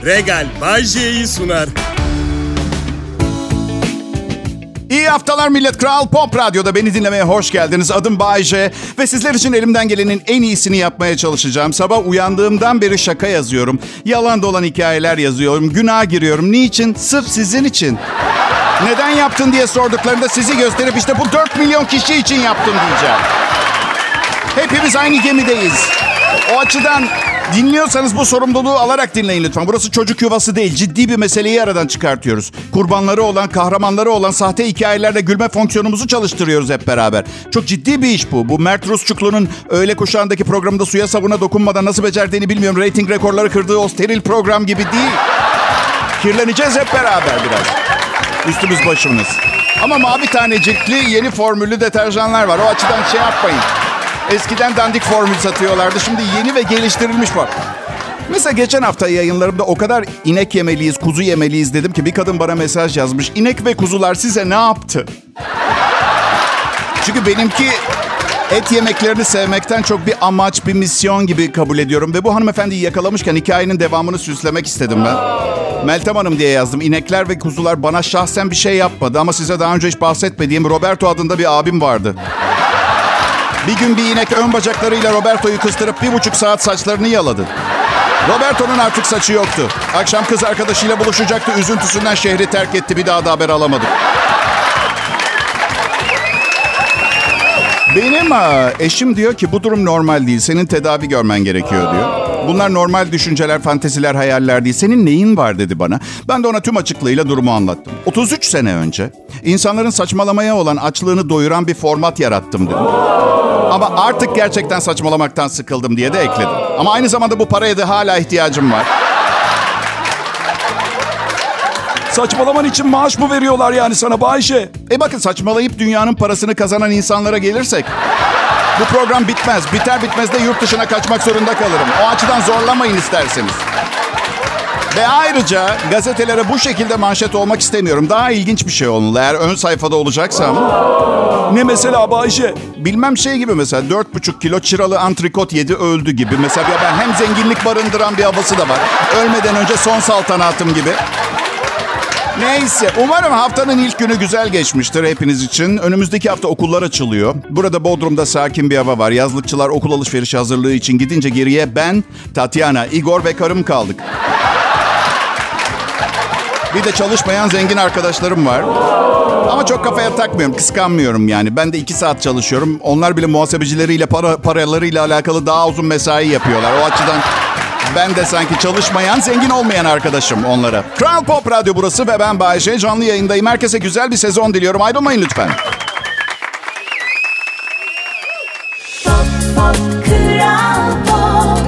Regal Bajje'yi sunar. İyi haftalar millet. Kral Pop Radyo'da beni dinlemeye hoş geldiniz. Adım Bayce ve sizler için elimden gelenin en iyisini yapmaya çalışacağım. Sabah uyandığımdan beri şaka yazıyorum. Yalan dolan hikayeler yazıyorum. Günaha giriyorum. Niçin? Sırf sizin için. Neden yaptın diye sorduklarında sizi gösterip işte bu 4 milyon kişi için yaptım diyeceğim. Hepimiz aynı gemideyiz. O açıdan dinliyorsanız bu sorumluluğu alarak dinleyin lütfen. Burası çocuk yuvası değil. Ciddi bir meseleyi aradan çıkartıyoruz. Kurbanları olan, kahramanları olan sahte hikayelerle gülme fonksiyonumuzu çalıştırıyoruz hep beraber. Çok ciddi bir iş bu. Bu Mert Rusçuklu'nun öğle kuşağındaki programda suya sabuna dokunmadan nasıl becerdiğini bilmiyorum. Rating rekorları kırdığı o steril program gibi değil. Kirleneceğiz hep beraber biraz. Üstümüz başımız. Ama mavi tanecikli yeni formüllü deterjanlar var. O açıdan şey yapmayın. Eskiden dandik formül satıyorlardı. Şimdi yeni ve geliştirilmiş var. Mesela geçen hafta yayınlarımda o kadar inek yemeliyiz, kuzu yemeliyiz dedim ki bir kadın bana mesaj yazmış. İnek ve kuzular size ne yaptı? Çünkü benimki et yemeklerini sevmekten çok bir amaç, bir misyon gibi kabul ediyorum. Ve bu hanımefendiyi yakalamışken hikayenin devamını süslemek istedim ben. Meltem Hanım diye yazdım. İnekler ve kuzular bana şahsen bir şey yapmadı. Ama size daha önce hiç bahsetmediğim Roberto adında bir abim vardı. Bir gün bir inek ön bacaklarıyla Roberto'yu kıstırıp 1,5 saat saçlarını yaladı. Roberto'nun artık saçı yoktu. Akşam kız arkadaşıyla buluşacaktı. Üzüntüsünden şehri terk etti. Bir daha da haber alamadık. Benim eşim diyor ki bu durum normal değil. Senin tedavi görmen gerekiyor diyor. Bunlar normal düşünceler, fanteziler, hayaller değil. Senin neyin var dedi bana. Ben de ona tüm açıklığıyla durumu anlattım. 33 sene önce insanların saçmalamaya olan açlığını doyuran bir format yarattım dedim. Ama artık gerçekten saçmalamaktan sıkıldım diye de ekledim. Ama aynı zamanda bu paraya da hala ihtiyacım var. Saçmalaman için maaş mı veriyorlar yani sana Bayşe? Bakın saçmalayıp dünyanın parasını kazanan insanlara gelirsek... Bu program bitmez. Biter bitmez de yurt dışına kaçmak zorunda kalırım. O açıdan zorlamayın isterseniz. Ve ayrıca gazetelere bu şekilde manşet olmak istemiyorum. Daha ilginç bir şey olmalı. Eğer ön sayfada olacaksam. Ne mesela Bayşe? Bilmem şey gibi mesela 4,5 kilo çıralı antrikot yedi öldü gibi. Mesela ben hem zenginlik barındıran bir havası da var. Ölmeden önce son saltanatım gibi. Neyse, umarım haftanın ilk günü güzel geçmiştir hepiniz için. Önümüzdeki hafta okullar açılıyor. Burada Bodrum'da sakin bir hava var. Yazlıkçılar okul alışverişi hazırlığı için gidince geriye ben, Tatyana, Igor ve karım kaldık. Bir de çalışmayan zengin arkadaşlarım var. Ama çok kafaya takmıyorum, kıskanmıyorum yani. Ben de 2 saat çalışıyorum. Onlar bile muhasebecileriyle, paralarıyla alakalı daha uzun mesai yapıyorlar. O açıdan... Ben de sanki çalışmayan, zengin olmayan arkadaşım onlara. Kral Pop Radyo burası ve ben Bayşe. Canlı yayındayım. Herkese güzel bir sezon diliyorum. Ayrılmayın lütfen. Pop, pop, Kral Pop.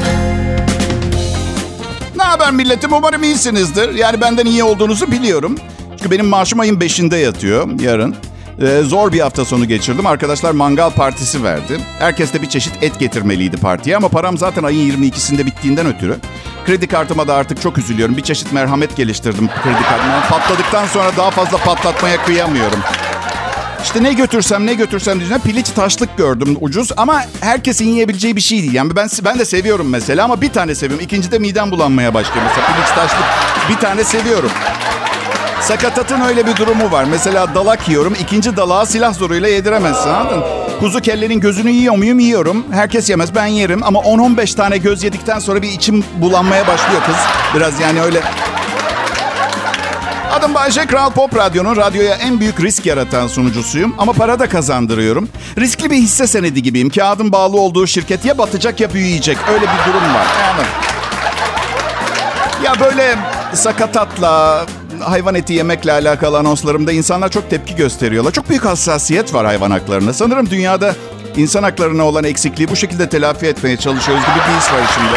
Ne haber milletim? Umarım iyisinizdir. Yani benden iyi olduğunuzu biliyorum. Çünkü benim maaşım ayın 5'inde yatıyor yarın. Zor bir hafta sonu geçirdim. Arkadaşlar mangal partisi verdi. Herkes de bir çeşit et getirmeliydi partiye. Ama param zaten ayın 22'sinde bittiğinden ötürü. Kredi kartıma da artık çok üzülüyorum. Bir çeşit merhamet geliştirdim kredi kartıma. Patladıktan sonra daha fazla patlatmaya kıyamıyorum. İşte ne götürsem diyeceğim. Piliç taşlık gördüm ucuz ama herkesin yiyebileceği bir şey değil. Yani ben de seviyorum mesela ama bir tane seviyorum. İkincide midem bulanmaya başlıyor mesela. Piliç taşlık bir tane seviyorum. Sakatatın öyle bir durumu var. Mesela dalak yiyorum. İkinci dalağı silah zoruyla yediremezsin. Anladın? Kuzu kellenin gözünü yiyor muyum? Yiyorum. Herkes yemez. Ben yerim. Ama 10-15 tane göz yedikten sonra bir içim bulanmaya başlıyor kız. Biraz yani öyle. Adım Bayşe. Kral Pop Radyo'nun radyoya en büyük risk yaratan sunucusuyum. Ama para da kazandırıyorum. Riskli bir hisse senedi gibiyim. Kağıdın bağlı olduğu şirket ya batacak ya büyüyecek. Öyle bir durum var. Yani... Ya böyle sakatatla... hayvan eti yemekle alakalı anonslarımda insanlar çok tepki gösteriyorlar. Çok büyük hassasiyet var hayvan haklarına. Sanırım dünyada insan haklarına olan eksikliği bu şekilde telafi etmeye çalışıyoruz gibi bir his var şimdi.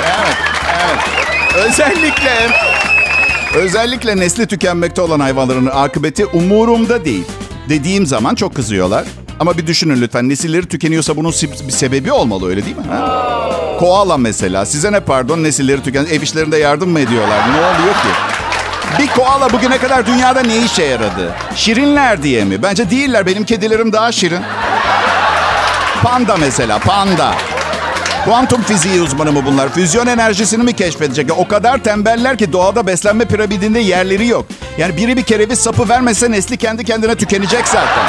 Evet. Özellikle nesli tükenmekte olan hayvanların akıbeti umurumda değil. Dediğim zaman çok kızıyorlar. Ama bir düşünün lütfen. Nesilleri tükeniyorsa bunun bir sebebi olmalı, öyle değil mi? Ha? Koala mesela. Size ne pardon, nesilleri ev işlerinde yardım mı ediyorlar? Ne oluyor ki? Bir koala bugüne kadar dünyada ne işe yaradı? Şirinler diye mi? Bence değiller. Benim kedilerim daha şirin. Panda mesela, panda. Kuantum fiziği uzmanı mı bunlar? Füzyon enerjisini mi keşfedecek? O kadar tembeller ki doğada beslenme piramidinde yerleri yok. Yani biri bir kereviz sapı vermese nesli kendi kendine tükenecek zaten.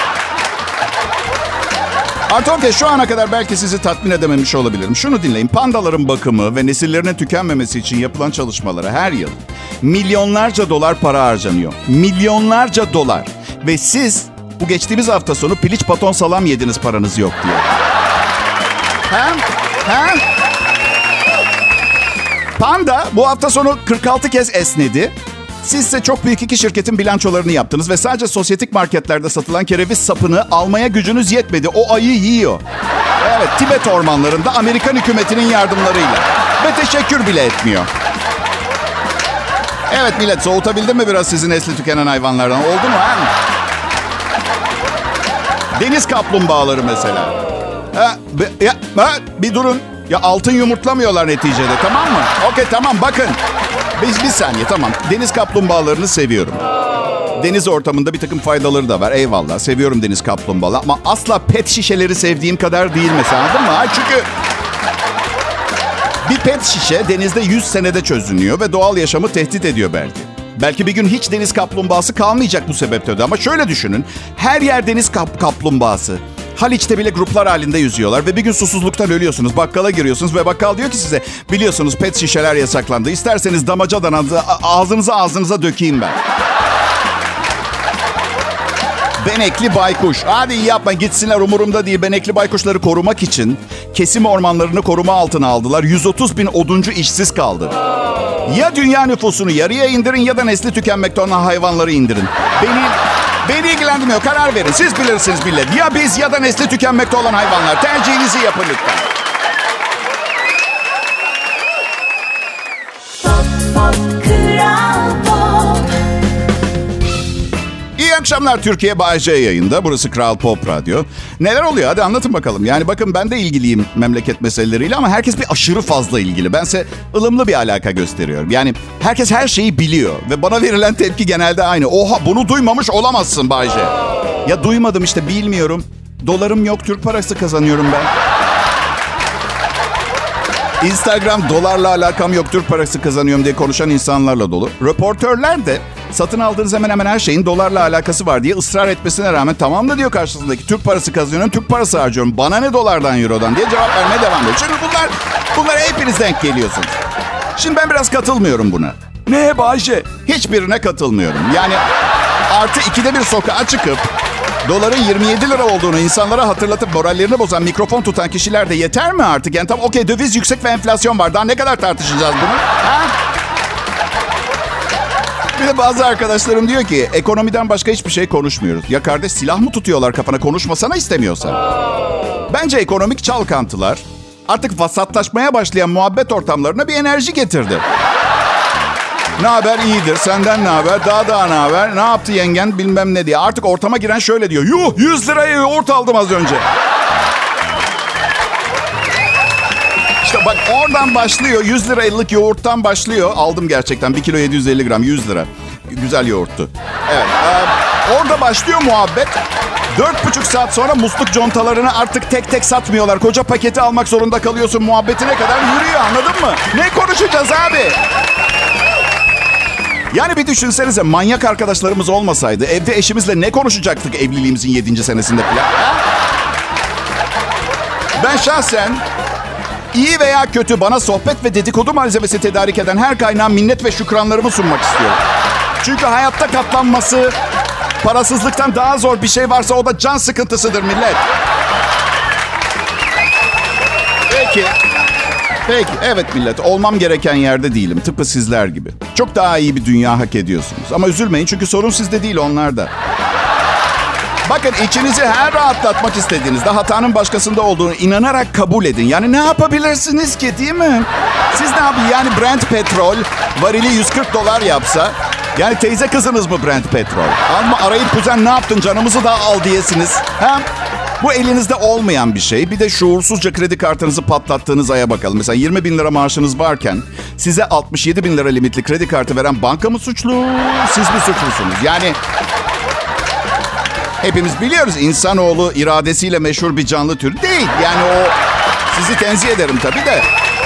Artı okey, şu ana kadar belki sizi tatmin edememiş olabilirim. Şunu dinleyin. Pandaların bakımı ve nesillerinin tükenmemesi için yapılan çalışmalara her yıl milyonlarca dolar para harcanıyor. Milyonlarca dolar. Ve siz bu geçtiğimiz hafta sonu piliç paton salam yediniz paranız yok diye. Ha? Panda bu hafta sonu 46 kez esnedi. Siz ise çok büyük iki şirketin bilançolarını yaptınız ve sadece sosyetik marketlerde satılan kereviz sapını almaya gücünüz yetmedi. O ayı yiyor. Evet, Tibet ormanlarında Amerikan hükümetinin yardımlarıyla. Ve teşekkür bile etmiyor. Evet millet, soğutabildim mi biraz sizi nesli tükenen hayvanlardan? Oldu mu ha? Deniz kaplumbağaları mesela. Bir durun. Ya altın yumurtlamıyorlar neticede, tamam mı? Okey, tamam, bakın. Bir saniye, tamam. Deniz kaplumbağalarını seviyorum. Deniz ortamında bir takım faydaları da var. Eyvallah, seviyorum deniz kaplumbağaları. Ama asla pet şişeleri sevdiğim kadar değil mesela, anladın mı? Çünkü bir pet şişe denizde 100 senede çözünüyor ve doğal yaşamı tehdit ediyor belki. Belki bir gün hiç deniz kaplumbağası kalmayacak bu sebepten de. Ama şöyle düşünün. Her yer deniz kaplumbağası. Haliç'te bile gruplar halinde yüzüyorlar ve bir gün susuzluktan ölüyorsunuz. Bakkala giriyorsunuz ve bakkal diyor ki size, biliyorsunuz pet şişeler yasaklandı. İsterseniz damacadan ağzınıza dökeyim ben. Benekli baykuş. Hadi yapma, gitsinler, umurumda değil. Benekli baykuşları korumak için kesim ormanlarını koruma altına aldılar. 130 bin oduncu işsiz kaldı. Ya dünya nüfusunu yarıya indirin ya da nesli tükenmekte olan hayvanları indirin. Beni ilgilendirmiyor. Karar verin. Siz bilirsiniz millet. Ya biz ya da nesli tükenmekte olan hayvanlar. Tercihinizi yapın lütfen. İyi akşamlar Türkiye, Bay J yayında. Burası Kral Pop Radyo. Neler oluyor? Hadi anlatın bakalım. Yani bakın, ben de ilgiliyim memleket meseleleriyle ama herkes bir aşırı fazla ilgili. Bense ılımlı bir alaka gösteriyorum. Yani herkes her şeyi biliyor ve bana verilen tepki genelde aynı. Oha, bunu duymamış olamazsın Bay J. Ya duymadım işte, bilmiyorum. Dolarım yok, Türk parası kazanıyorum ben. Instagram dolarla alakam yok, Türk parası kazanıyorum diye konuşan insanlarla dolu. Röportörler de satın aldığınız hemen hemen her şeyin dolarla alakası var diye ısrar etmesine rağmen tamam da diyor karşısındaki, Türk parası kazanıyorum, Türk parası harcıyorum. Bana ne dolardan, eurodan diye cevap vermeye devam ediyor. Çünkü bunlar hepiniz denk geliyorsunuz. Şimdi ben biraz katılmıyorum buna. Ne Bayşe? Hiçbirine katılmıyorum. Yani artı 2'de bir sokağa çıkıp doların 27 lira olduğunu insanlara hatırlatıp morallerini bozan mikrofon tutan kişiler de yeter mi artık? Yani tam okey, döviz yüksek ve enflasyon var. Daha ne kadar tartışacağız bunu? Ha? Bir de bazı arkadaşlarım diyor ki ekonomiden başka hiçbir şey konuşmuyoruz. Ya kardeş, silah mı tutuyorlar kafana konuşmasana istemiyorsan? Bence ekonomik çalkantılar artık vasatlaşmaya başlayan muhabbet ortamlarına bir enerji getirdi. Ne haber, iyidir, senden ne haber, daha ne haber, ne yaptı yengen bilmem ne diye. Artık ortama giren şöyle diyor. Yuh, 100 liraya yoğurt aldım az önce. İşte bak, oradan başlıyor. 100 liralık yoğurttan başlıyor. Aldım gerçekten. 1 kilo 750 gram, 100 lira. Güzel yoğurttu. Evet. Orada başlıyor muhabbet. 4,5 saat sonra musluk contalarını artık tek tek satmıyorlar. Koca paketi almak zorunda kalıyorsun. Muhabbetine kadar yürüyor, anladın mı? Ne konuşacağız abi? Yani bir düşünsenize, manyak arkadaşlarımız olmasaydı evde eşimizle ne konuşacaktık evliliğimizin 7. senesinde falan? Ben şahsen iyi veya kötü bana sohbet ve dedikodu malzemesi tedarik eden her kaynağa minnet ve şükranlarımı sunmak istiyorum. Çünkü hayatta katlanması parasızlıktan daha zor bir şey varsa o da can sıkıntısıdır millet. Peki, evet millet, olmam gereken yerde değilim. Tıpkı sizler gibi. Çok daha iyi bir dünya hak ediyorsunuz. Ama üzülmeyin çünkü sorun sizde değil, onlarda. Bakın, içinizi her rahatlatmak istediğinizde hatanın başkasında olduğunu inanarak kabul edin. Yani ne yapabilirsiniz ki, değil mi? Siz ne yapın? Yani Brent petrol varili 140 dolar yapsa, yani teyze kızınız mı Brent petrol? Ama arayıp kuzen ne yaptın, canımızı da al diyesiniz. Ha? Bu elinizde olmayan bir şey. Bir de şuursuzca kredi kartınızı patlattığınız aya bakalım. Mesela 20 bin lira maaşınız varken size 67 bin lira limitli kredi kartı veren banka mı suçlu? Siz mi suçlusunuz? Yani hepimiz biliyoruz, insanoğlu iradesiyle meşhur bir canlı türü değil. Yani o Sizi tenzih ederim tabii de.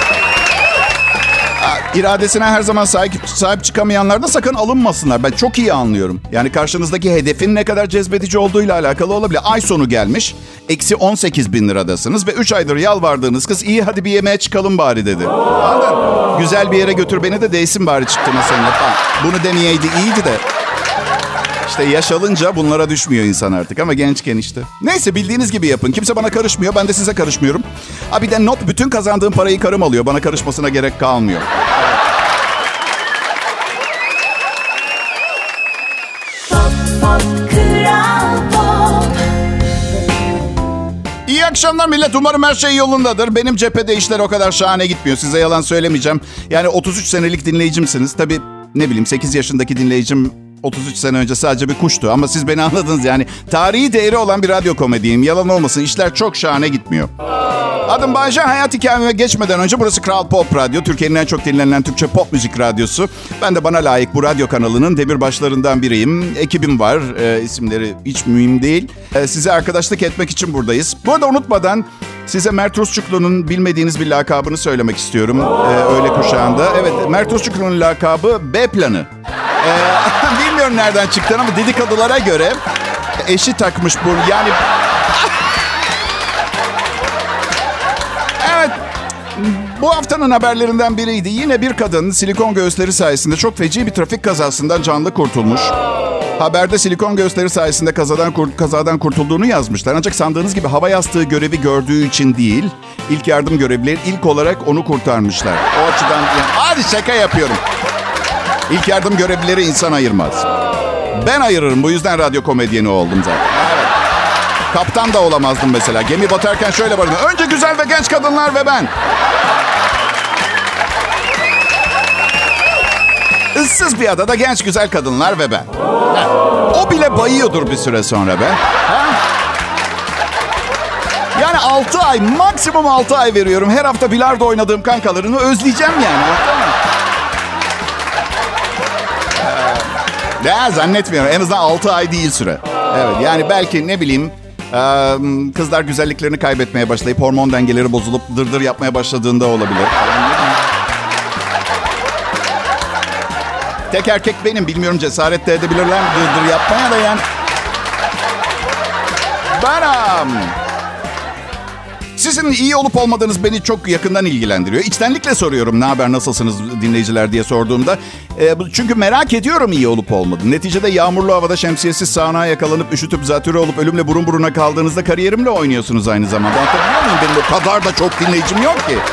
İradesine her zaman sahip çıkamayanlar da sakın alınmasınlar. Ben çok iyi anlıyorum. Yani karşınızdaki hedefin ne kadar cezbedici olduğuyla alakalı olabilir. Ay sonu gelmiş. Eksi 18 bin liradasınız ve 3 aydır yalvardığınız kız iyi hadi bir yemeğe çıkalım bari dedi. Anladın? Güzel bir yere götür beni de değsin bari çıktığıma seninle falan. Bunu demeyeydi iyiydi de. İşte yaş alınca bunlara düşmüyor insan artık ama gençken işte. Neyse bildiğiniz gibi yapın. Kimse bana karışmıyor. Ben de size karışmıyorum. Bir de not bütün kazandığım parayı karım alıyor. Bana karışmasına gerek kalmıyor. İyi akşamlar millet. Umarım her şey yolundadır. Benim cephede işler o kadar şahane gitmiyor. Size yalan söylemeyeceğim. Yani 33 senelik dinleyicimsiniz. Tabii ne bileyim 8 yaşındaki dinleyicim 33 sene önce sadece bir kuştu. Ama siz beni anladınız yani. Tarihi değeri olan bir radyo komediyim. Yalan olmasın işler çok şahane gitmiyor. Adım Bayce. Hayat hikayeme geçmeden önce burası Kral Pop Radyo. Türkiye'nin en çok dinlenen Türkçe pop müzik radyosu. Ben de bana layık bu radyo kanalının demirbaşlarından biriyim. Ekibim var. İsimleri hiç mühim değil. Size arkadaşlık etmek için buradayız. Bu arada unutmadan size Mert Rusçuklu'nun bilmediğiniz bir lakabını söylemek istiyorum. Öğle kuşağında. Evet, Mert Rusçuklu'nun lakabı B planı. Bilmiyorum nereden çıktığını ama dedikodulara göre eşi takmış bu. Yani... Evet, bu haftanın haberlerinden biriydi. Yine bir kadın silikon göğüsleri sayesinde çok feci bir trafik kazasından canlı kurtulmuş. Haberde silikon göğüsleri sayesinde kazadan kurtulduğunu yazmışlar. Ancak sandığınız gibi hava yastığı görevi gördüğü için değil, ilk yardım görevlileri ilk olarak onu kurtarmışlar. O açıdan... Hadi şaka yapıyorum. İlk yardım görevlileri insan ayırmaz. Ben ayırırım. Bu yüzden radyo komedyeni oldum zaten. Evet. Kaptan da olamazdım mesela. Gemi batarken şöyle vardı. Önce güzel ve genç kadınlar ve ben. Issız bir adada genç güzel kadınlar ve ben. O bile bayıyordur bir süre sonra be. Ha? Yani 6 ay, maksimum 6 ay veriyorum. Her hafta bilardo oynadığım kankalarını özleyeceğim yani. Ya zannetmiyorum. En azından 6 ay değil süre. Evet yani belki ne bileyim kızlar güzelliklerini kaybetmeye başlayıp hormon dengeleri bozulup dırdır yapmaya başladığında olabilir. Tek erkek benim. Bilmiyorum cesaret de edebilirler mi dırdır yapmaya da yani. Sizin iyi olup olmadığınız beni çok yakından ilgilendiriyor. İçtenlikle soruyorum ne haber nasılsınız dinleyiciler diye sorduğumda. Çünkü merak ediyorum iyi olup olmadığını. Neticede yağmurlu havada şemsiyesiz sağanağa yakalanıp üşütüp zatürre olup ölümle burun buruna kaldığınızda kariyerimle oynuyorsunuz aynı zamanda. Anlatabiliyor muyum? Benim o kadar da çok dinleyicim yok ki.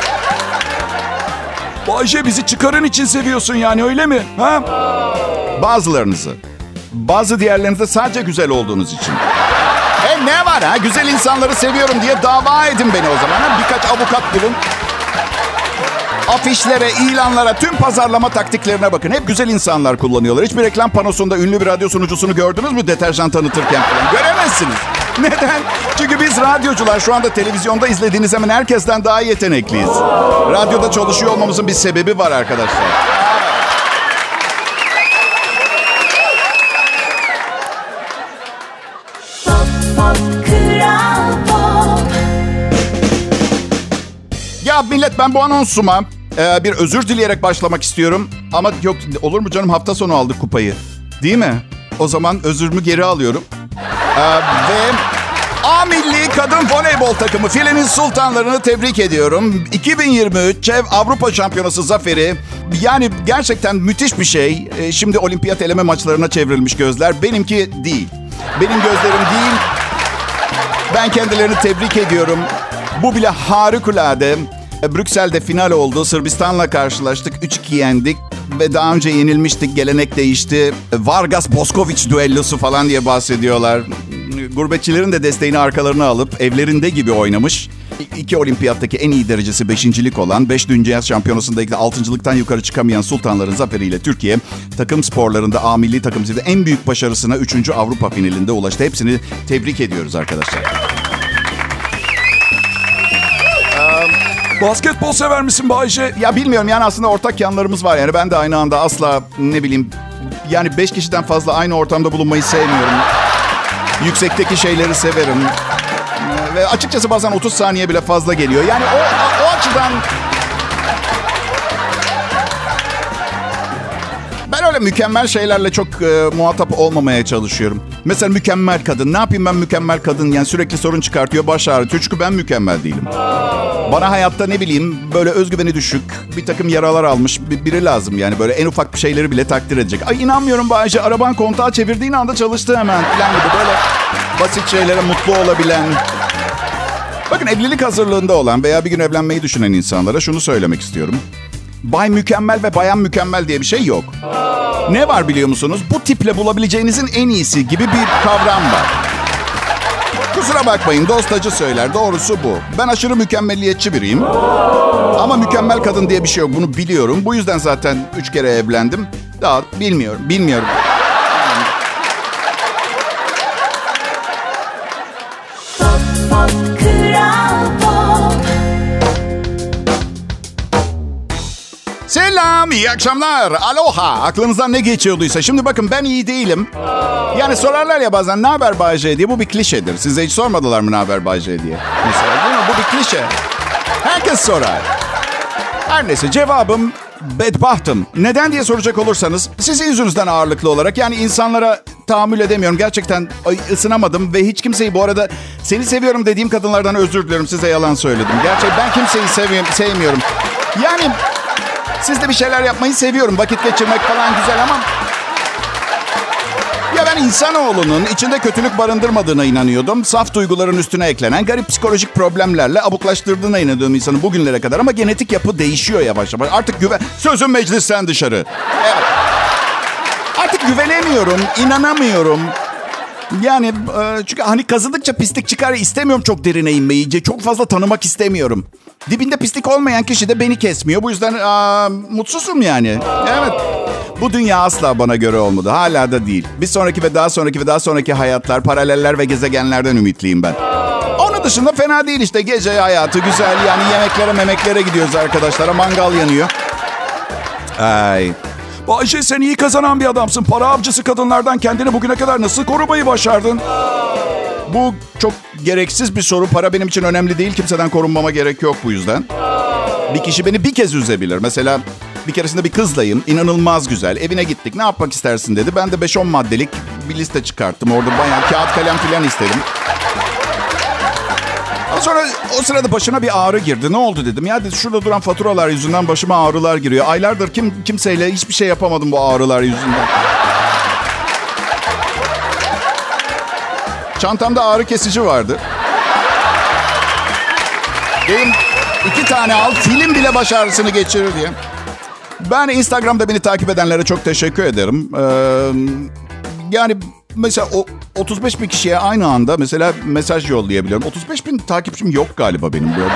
Bayce bizi çıkarın için seviyorsun yani öyle mi? Ha? Bazılarınızı. Bazı diğerlerinize sadece güzel olduğunuz için. Ne var ha? Güzel insanları seviyorum diye dava edin beni o zaman. Ha? Birkaç avukat bulun. Afişlere, ilanlara, tüm pazarlama taktiklerine bakın. Hep güzel insanlar kullanıyorlar. Hiçbir reklam panosunda ünlü bir radyo sunucusunu gördünüz mü deterjan tanıtırken falan? Göremezsiniz. Neden? Çünkü biz radyocular şu anda televizyonda izlediğiniz hemen herkesten daha yetenekliyiz. Radyoda çalışıyor olmamızın bir sebebi var arkadaşlar. Ya millet ben bu anonsuma bir özür dileyerek başlamak istiyorum. Ama yok olur mu canım hafta sonu aldık kupayı. Değil mi? O zaman özürümü geri alıyorum. Ve A Milli Kadın Voleybol takımı Filenin Sultanlarını tebrik ediyorum. 2023 ÇEV Avrupa Şampiyonası zaferi. Yani gerçekten müthiş bir şey. Şimdi olimpiyat eleme maçlarına çevrilmiş gözler. Benimki değil. Benim gözlerim değil. Ben kendilerini tebrik ediyorum. Bu bile harikulade. Brüksel'de final oldu. Sırbistan'la karşılaştık. 3-2 yendik. Ve daha önce yenilmiştik. Gelenek değişti. Vargas-Boskovic düellosu falan diye bahsediyorlar. Gurbetçilerin de desteğini arkalarına alıp evlerinde gibi oynamış. 2 olimpiyattaki en iyi derecesi 5.'lik olan 5 Dünya Şampiyonası'ndaki 6.'lıktan yukarı çıkamayan sultanların zaferiyle Türkiye takım sporlarında A milli takım sizde en büyük başarısına 3. Avrupa finalinde ulaştı. Hepsini tebrik ediyoruz arkadaşlar. Basketbol sever misin Bayce? Ya bilmiyorum yani aslında ortak yanlarımız var. Yani ben de aynı anda asla ne bileyim yani 5 kişiden fazla aynı ortamda bulunmayı sevmiyorum. Yüksekteki şeyleri severim. Ve açıkçası bazen 30 saniye bile fazla geliyor. Yani o açıdan... Ben öyle mükemmel şeylerle çok muhatap olmamaya çalışıyorum. Mesela mükemmel kadın. Ne yapayım ben mükemmel kadın? Yani sürekli sorun çıkartıyor, baş ağrıtıyor. Çünkü ben mükemmel değilim. Bana hayatta ne bileyim böyle özgüveni düşük, bir takım yaralar almış biri lazım. Yani böyle en ufak bir şeyleri bile takdir edecek. Ay inanmıyorum Bayce, araban kontağı çevirdiğin anda çalıştı hemen falan gibi. Böyle basit şeylere mutlu olabilen... Bakın evlilik hazırlığında olan veya bir gün evlenmeyi düşünen insanlara şunu söylemek istiyorum. Bay mükemmel ve bayan mükemmel diye bir şey yok. Ne var biliyor musunuz? Bu tiple bulabileceğinizin en iyisi gibi bir kavram var. Kusura bakmayın, dost acı söyler. Doğrusu bu. Ben aşırı mükemmeliyetçi biriyim. Ama mükemmel kadın diye bir şey yok. Bunu biliyorum. Bu yüzden zaten 3 kere evlendim. Daha bilmiyorum. Selam, iyi akşamlar. Aloha. Aklınızdan ne geçiyorduysa. Şimdi bakın ben iyi değilim. Yani sorarlar ya bazen ne haber Bayce diye. Bu bir klişedir. Size hiç sormadılar mı ne haber Bayce diye. Mesela değil mi? Bu bir klişe. Herkes sorar. Her neyse cevabım bedbahtım. Neden diye soracak olursanız sizin yüzünüzden ağırlıklı olarak. Yani insanlara tahammül edemiyorum. Gerçekten ısınamadım ve hiç kimseyi bu arada seni seviyorum dediğim kadınlardan özür dilerim. Size yalan söyledim. Gerçekten ben kimseyi sevmiyorum. Yani... Sizle bir şeyler yapmayı seviyorum. Vakit geçirmek falan güzel ama... Ya ben insanoğlunun içinde kötülük barındırmadığına inanıyordum. Saf duyguların üstüne eklenen garip psikolojik problemlerle abuklaştırdığına inanıyordum insanı bugünlere kadar. Ama genetik yapı değişiyor yavaş yavaş. Artık Sözüm meclisten dışarı. Evet. Artık güvenemiyorum, inanamıyorum. Yani çünkü hani kazıdıkça pislik çıkar, istemiyorum çok derine inmeyi. Çok fazla tanımak istemiyorum. Dibinde pislik olmayan kişi de beni kesmiyor. Bu yüzden mutsuzum yani. Evet. Bu dünya asla bana göre olmadı. Hala da değil. Bir sonraki ve daha sonraki ve daha sonraki hayatlar, paraleller ve gezegenlerden ümitliyim ben. Onun dışında fena değil işte. Gece hayatı güzel. Yani yemeklere gidiyoruz arkadaşlara. Mangal yanıyor. Ay... Bayce sen iyi kazanan bir adamsın. Para avcısı kadınlardan kendini bugüne kadar nasıl korumayı başardın? Bu çok gereksiz bir soru. Para benim için önemli değil. Kimseden korunmama gerek yok bu yüzden. Bir kişi beni bir kez üzebilir. Mesela bir keresinde bir kızlayım. İnanılmaz güzel. Evine gittik. Ne yapmak istersin dedi. Ben de 5-10 maddelik bir liste çıkarttım. Orada bayağı kağıt kalem falan istedim. Sonra o sırada başına bir ağrı girdi. Ne oldu dedim. Ya dedi, şurada duran faturalar yüzünden başıma ağrılar giriyor. Aylardır kimseyle hiçbir şey yapamadım bu ağrılar yüzünden. Çantamda ağrı kesici vardı. Dedim 2 tane al, film bile baş ağrısını geçirir diye. Ben Instagram'da beni takip edenlere çok teşekkür ederim. Yani mesela o 35 bin kişiye aynı anda mesela mesaj yollayabiliyorum. 35 bin takipçim yok galiba benim böyle.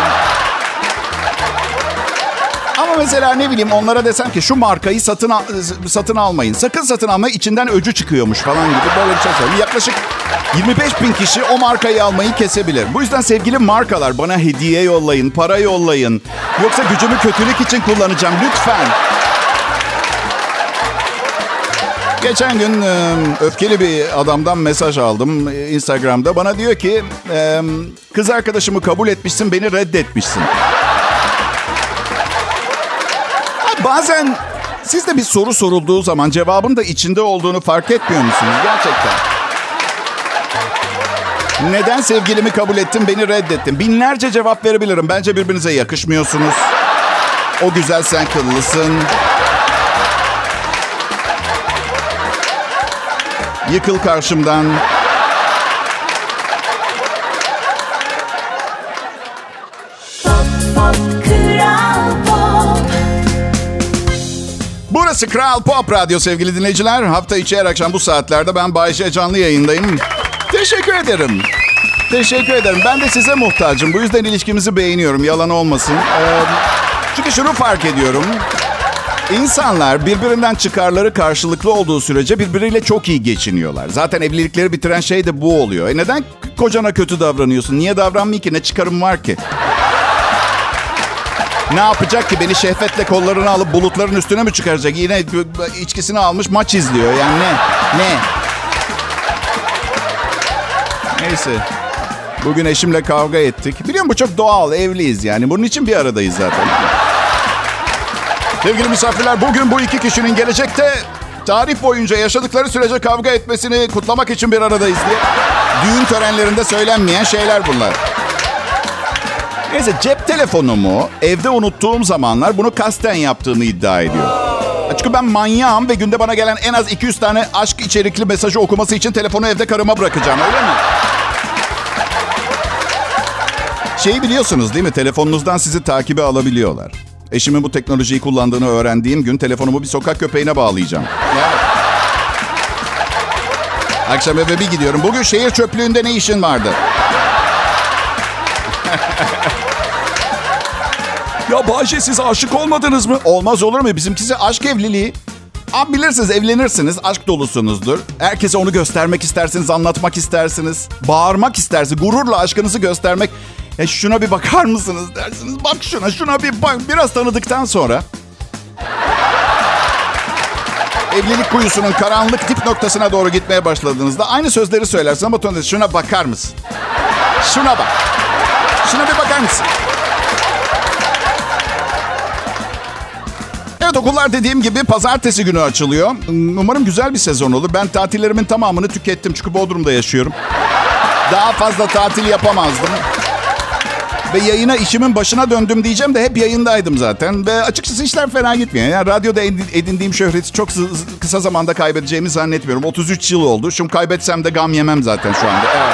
Ama mesela ne bileyim onlara desem ki şu markayı satın almayın. Sakın satın almayın, içinden öcü çıkıyormuş falan gibi böyle bir şey söyleyeyim. Yaklaşık 25 bin kişi o markayı almayı kesebilir. Bu yüzden sevgili markalar bana hediye yollayın, para yollayın. Yoksa gücümü kötülük için kullanacağım lütfen. Geçen gün öfkeli bir adamdan mesaj aldım Instagram'da. Bana diyor ki kız arkadaşımı kabul etmişsin, beni reddetmişsin. Bazen sizde bir soru sorulduğu zaman cevabın da içinde olduğunu fark etmiyor musunuz gerçekten? Neden sevgilimi kabul ettin, beni reddettin? Binlerce cevap verebilirim. Bence birbirinize yakışmıyorsunuz. O güzel, sen kıllısın. Yıkıl karşımdan. Burası Kral Pop Radyo sevgili dinleyiciler. Hafta içi her akşam bu saatlerde ben Bayşe canlı yayındayım. Teşekkür ederim. Teşekkür ederim. Ben de size muhtacım. Bu yüzden ilişkimizi beğeniyorum. Yalan olmasın. Çünkü şunu fark ediyorum. İnsanlar birbirinden çıkarları karşılıklı olduğu sürece birbiriyle çok iyi geçiniyorlar. Zaten evlilikleri bitiren şey de bu oluyor. Neden kocana kötü davranıyorsun? Niye davranmayayım ki? Ne çıkarım var ki? Ne yapacak ki? Beni şehvetle kollarını alıp bulutların üstüne mi çıkaracak? Yine içkisini almış maç izliyor. Yani ne? Neyse. Bugün eşimle kavga ettik. Biliyorum bu çok doğal, evliyiz yani. Bunun için bir aradayız zaten. Sevgili misafirler, bugün bu iki kişinin gelecekte tarih boyunca yaşadıkları sürece kavga etmesini kutlamak için bir aradayız diye. Düğün törenlerinde söylenmeyen şeyler bunlar. Neyse, cep telefonumu evde unuttuğum zamanlar bunu kasten yaptığımı iddia ediyor. Çünkü ben manyağım ve günde bana gelen en az 200 tane aşk içerikli mesajı okuması için telefonu evde karıma bırakacağım, öyle mi? Şeyi biliyorsunuz değil mi? Telefonunuzdan sizi takibe alabiliyorlar. Eşimin bu teknolojiyi kullandığını öğrendiğim gün telefonumu bir sokak köpeğine bağlayacağım. Akşam eve bir gidiyorum. Bugün şehir çöplüğünde ne işin vardı? Ya Bayce, siz aşık olmadınız mı? Olmaz olur mu? Bizimkisi aşk evliliği. Abi bilirsiniz, evlenirsiniz, aşk dolusunuzdur. Herkese onu göstermek istersiniz, anlatmak istersiniz. Bağırmak istersiniz, gururla aşkınızı göstermek. Ya şuna bir bakar mısınız dersiniz. Bak şuna bir bak. Biraz tanıdıktan sonra evlilik kuyusunun karanlık dip noktasına doğru gitmeye başladığınızda aynı sözleri söylersin ama tonda şuna bakar mısın? Şuna bak. Şuna bir bakar mısın? Evet, okullar dediğim gibi pazartesi günü açılıyor. Umarım güzel bir sezon olur. Ben tatillerimin tamamını tükettim çünkü Bodrum'da yaşıyorum. Daha fazla tatil yapamazdım. Ve yayına işimin başına döndüm diyeceğim de hep yayındaydım zaten. Ve açıkçası işler fena gitmiyor. Yani radyoda edindiğim şöhreti çok kısa zamanda kaybedeceğimi zannetmiyorum. 33 yıl oldu. Şimdi kaybetsem de gam yemem zaten şu anda. Evet.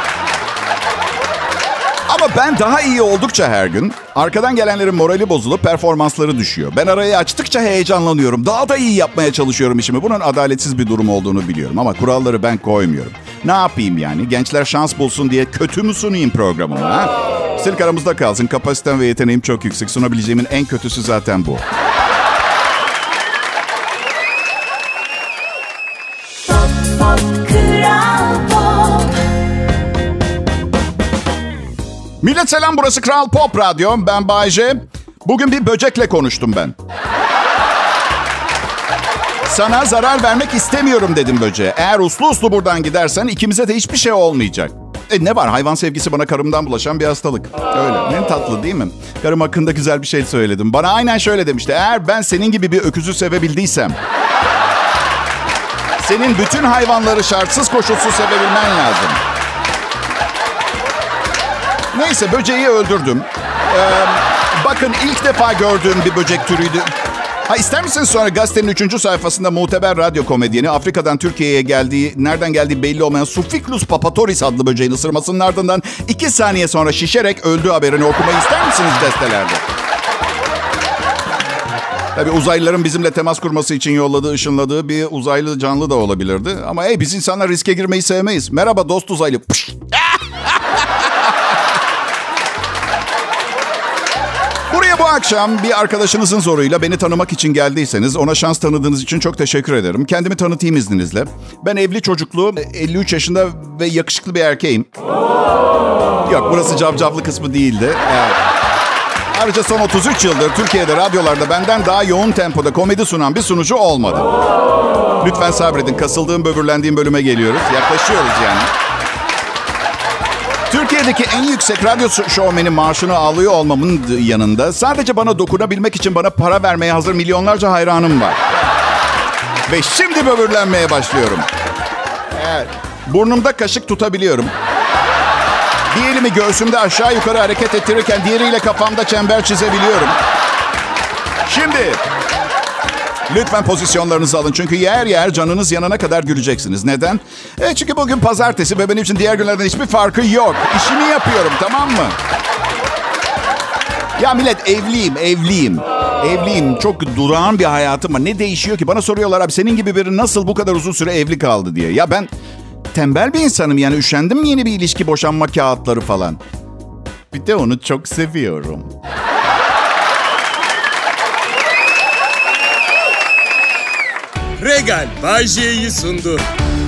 Ama ben daha iyi oldukça her gün arkadan gelenlerin morali bozulup performansları düşüyor. Ben arayı açtıkça heyecanlanıyorum. Daha da iyi yapmaya çalışıyorum işimi. Bunun adaletsiz bir durum olduğunu biliyorum ama kuralları ben koymuyorum. Ne yapayım yani? Gençler şans bulsun diye kötü mü sunayım programımı? Ha? Üstelik aramızda kalsın. Kapasitem ve yeteneğim çok yüksek. Sunabileceğimin en kötüsü zaten bu. Millet selam, burası Kral Pop Radyo. Ben Bay J. Bugün bir böcekle konuştum ben. Sana zarar vermek istemiyorum dedim böceğe. Eğer uslu uslu buradan gidersen ikimize de hiçbir şey olmayacak. Ne var, hayvan sevgisi bana karımdan bulaşan bir hastalık. Öyle, ne tatlı değil mi? Karım hakkında güzel bir şey söyledim. Bana aynen şöyle demişti. Eğer ben senin gibi bir öküzü sevebildiysem... senin bütün hayvanları şartsız koşulsuz sevebilmen lazım. Neyse, böceği öldürdüm. Bakın, ilk defa gördüğüm bir böcek türüydü. Ha, ister misiniz sonra gazetenin 3. sayfasında muteber radyo komedyeni Afrika'dan Türkiye'ye nereden geldiği belli olmayan Suficlus papatoris adlı böceğin ısırmasının ardından 2 saniye sonra şişerek öldüğü haberini okumayı ister misiniz gazetelerde? Tabii uzaylıların bizimle temas kurması için ışınladığı bir uzaylı canlı da olabilirdi. Ama biz insanlar riske girmeyi sevmeyiz. Merhaba dost uzaylı. Buraya bu akşam bir arkadaşınızın zoruyla beni tanımak için geldiyseniz ona şans tanıdığınız için çok teşekkür ederim. Kendimi tanıtayım izninizle. Ben evli çocuklu, 53 yaşında ve yakışıklı bir erkeğim. Yok, burası cavcavlı kısmı değildi. Evet. Ayrıca son 33 yıldır Türkiye'de radyolarda benden daha yoğun tempoda komedi sunan bir sunucu olmadı. Lütfen sabredin, kasıldığım, böbürlendiğim bölüme geliyoruz. Yaklaşıyoruz yani. Türkiye'deki en yüksek radyo şovmeni maaşını alıyor olmamın yanında sadece bana dokunabilmek için bana para vermeye hazır milyonlarca hayranım var. Ve şimdi böbürlenmeye başlıyorum. Evet. Burnumda kaşık tutabiliyorum. Bir elimi göğsümde aşağı yukarı hareket ettirirken diğeriyle kafamda çember çizebiliyorum. Şimdi lütfen pozisyonlarınızı alın. Çünkü yer canınız yanana kadar güleceksiniz. Neden? Çünkü bugün pazartesi ve benim için diğer günlerden hiçbir farkı yok. İşimi yapıyorum, tamam mı? Ya millet, evliyim. Çok durağan bir hayatım var. Ne değişiyor ki? Bana soruyorlar, abi senin gibi biri nasıl bu kadar uzun süre evli kaldı diye. Ya ben tembel bir insanım yani, üşendim yeni bir ilişki, boşanma kağıtları falan. Bir de onu çok seviyorum. Regal Bay J'yi sundu.